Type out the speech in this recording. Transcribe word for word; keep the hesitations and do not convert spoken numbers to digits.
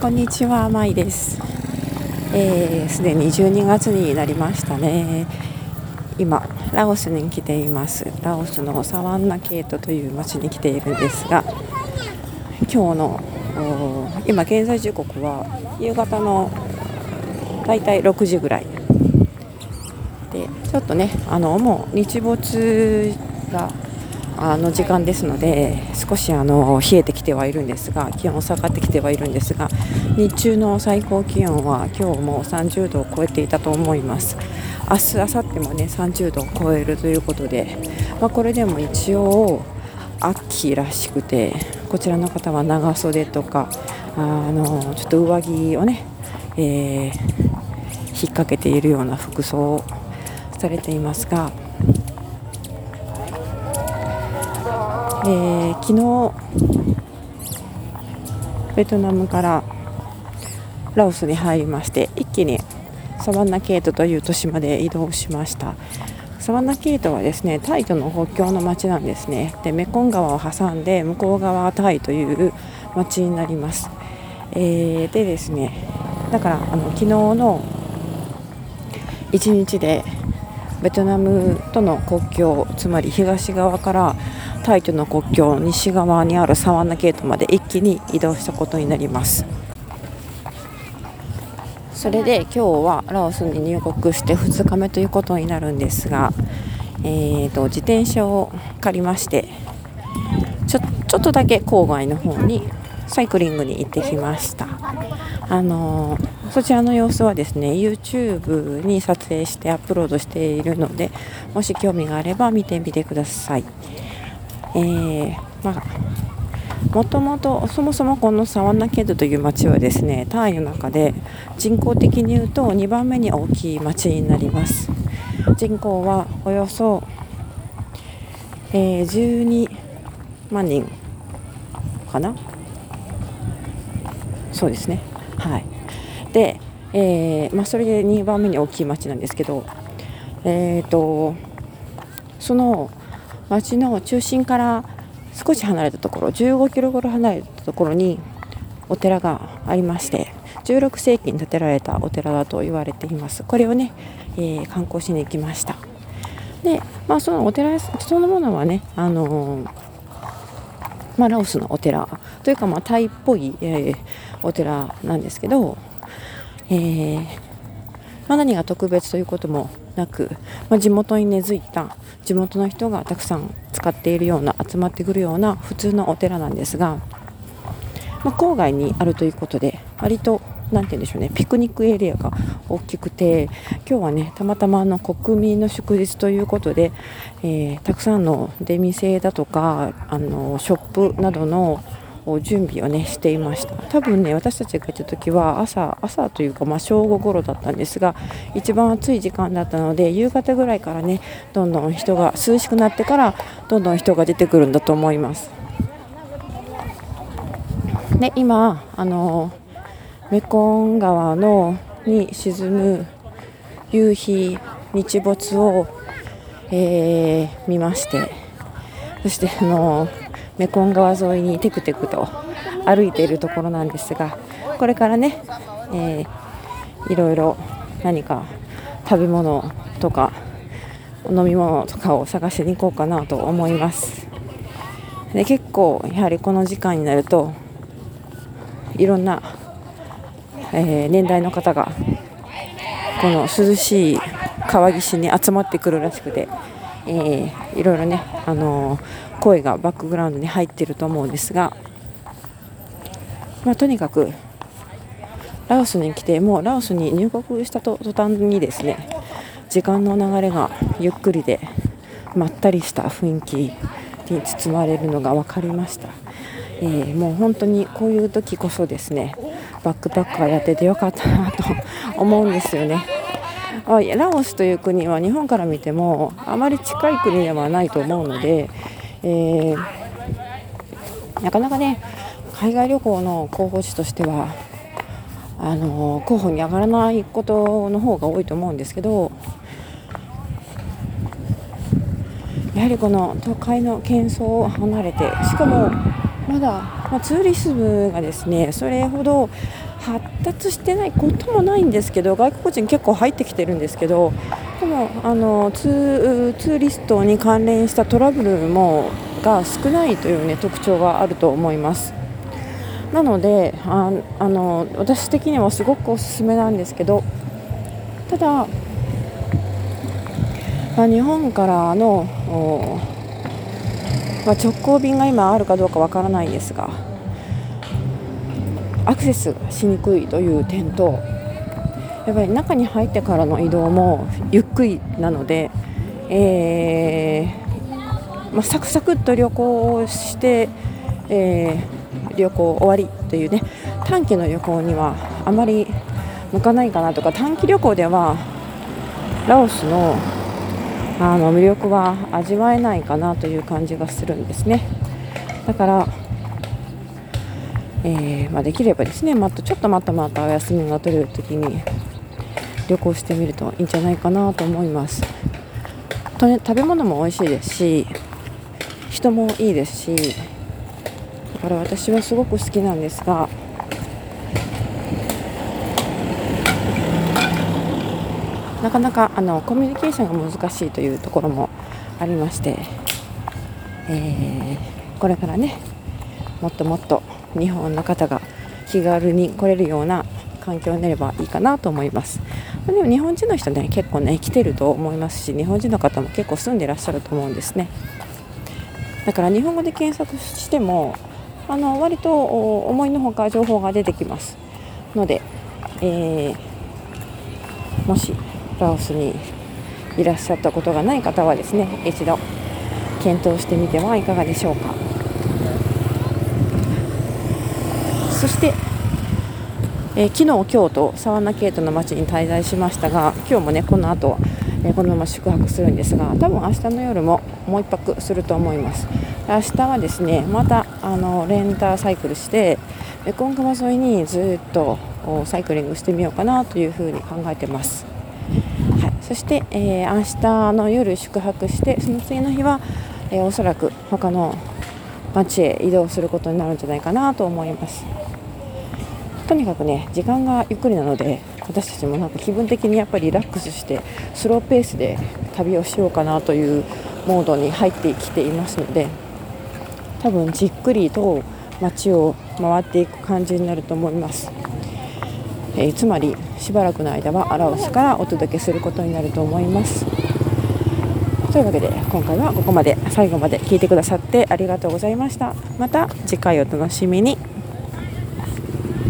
こんにちは、まいです。えー、すでにじゅうにがつになりましたね。今ラオスに来ています。ラオスのサワンナケートという町に来ているんですが、今日の今現在時刻は夕方のだいたいろくじぐらいで、ちょっとねあのもう日没があの時間ですので、少しあの冷えてきてはいるんですが、気温下がってきてはいるんですが、日中の最高気温は今日もさんじゅうどを超えていたと思います。明日、明後日もねさんじゅうどを超えるということで、まあ、これでも一応秋らしくて、こちらの方は長袖とかあのちょっと上着をね、えー、引っ掛けているような服装をされていますが、えー、昨日ベトナムからラオスに入りまして、一気にサワンナケートという都市まで移動しました。サワンナケートはですね、タイとの国境の町なんですね。でメコン川を挟んで向こう側はタイという町になります。えー、でですねだからあの昨日のいちにちでベトナムとの国境、つまり東側からタイとの国境西側にあるサワンナケートまで一気に移動したことになります。それで今日はラオスに入国してふつかめということになるんですが、えーと、自転車を借りましてちょ、ちょっとだけ郊外の方にサイクリングに行ってきました。あのー、そちらの様子はですね YouTube に撮影してアップロードしているので、もし興味があれば見てみてください。えーまあ、もともとそもそもこのサワンナケートという町はですね、タイの中で人口的に言うとにばんめに大きい町になります。人口はおよそ、えー、じゅうにまんにんかな、そうですね。はい。で、えーまあ、それでにばんめに大きい町なんですけど、えーとその町の中心から少し離れたところ、じゅうごキロほど離れたところにお寺がありまして、じゅうろくせいきに建てられたお寺だと言われています。これをね、えー、観光しに行きました。で、まあ、そのお寺そのものはね、あのーまあ、ラオスのお寺というか、まあ、タイっぽい、えー、お寺なんですけど、えーまあ、何が特別ということもなく、まあ、地元に根付いた地元の人がたくさん使っているような、集まってくるような普通のお寺なんですが、まあ、郊外にあるということで、割となんて言うんでしょうね、ピクニックエリアが大きくて、今日はねたまたまあの国民の祝日ということで、えー、たくさんの出店だとかあのショップなどの準備をねしていました。多分ね私たちが行った時は朝朝というか、まあ、正午頃だったんですが、一番暑い時間だったので、夕方ぐらいからねどんどん人が涼しくなってからどんどん人が出てくるんだと思います。で今あのメコン川のに沈む夕日日没を、えー、見まして、そしてあのメコン川沿いにテクテクと歩いているところなんですが、これからね、えー、いろいろ何か食べ物とか飲み物とかを探しに行こうかなと思います。で結構やはりこの時間になるといろんな、えー、年代の方がこの涼しい川岸に集まってくるらしくて、えー、いろいろね、あのー、声がバックグラウンドに入っていると思うんですが、まあ、とにかくラオスに来て、もうラオスに入国したと途端にですね、時間の流れがゆっくりでまったりした雰囲気に包まれるのが分かりました。えー、もう本当にこういう時こそですね、バックパッカーやっててよかったなと思うんですよね。ラオスという国は日本から見てもあまり近い国ではないと思うので、えー、なかなかね海外旅行の候補地としてはあの候補に上がらないことの方が多いと思うんですけど、やはりこの都会の喧騒を離れて、しかもまだまあ、ツーリズムがですねそれほど発達してないこともないんですけど、外国人結構入ってきてるんですけど、でもあのツー、ツーリストに関連したトラブルもが少ないという、ね、特徴があると思います。なのでああの私的にはすごくおすすめなんですけど、ただ、まあ、日本からの、まあ、直行便が今あるかどうかわからないですが、アクセスしにくいという点と、やっぱり中に入ってからの移動もゆっくりなので、えーまあ、サクサクっと旅行をして、えー、旅行終わりというね、短期の旅行にはあまり向かないかなとか、短期旅行ではラオスの、あの魅力は味わえないかなという感じがするんですね。だからえーまあ、できればですね、またちょっとまたまたお休みが取れるときに旅行してみるといいんじゃないかなと思います。と、ね、食べ物も美味しいですし、人もいいですし、だから私はすごく好きなんですが、なかなかあのコミュニケーションが難しいというところもありまして、えー、これからねもっともっと日本の方が気軽に来れるような環境になればいいかなと思います。でも日本人の人ね結構ね来てると思いますし、日本人の方も結構住んでらっしゃると思うんですね。だから日本語で検索してもあの割と思いのほか情報が出てきますので、えー、もしラオスにいらっしゃったことがない方はですね、一度検討してみてはいかがでしょうか。そして、えー、昨日今日とサワナケイトの町に滞在しましたが、今日もねこの後、えー、このまま宿泊するんですが、多分明日の夜ももう一泊すると思います。明日はですねまたあのレンターサイクルしてメコン川沿いにずっとサイクリングしてみようかなというふうに考えてます。はい、そして、えー、明日の夜宿泊して、その次の日は、えー、おそらく他の町へ移動することになるんじゃないかなと思います。とにかくね時間がゆっくりなので、私たちもなんか気分的にやっぱりリラックスしてスローペースで旅をしようかなというモードに入ってきていますので、多分じっくりと街を回っていく感じになると思います。えー、つまりしばらくの間はラオスからお届けすることになると思います。というわけで今回はここまで、最後まで聞いてくださってありがとうございました。また次回お楽しみに。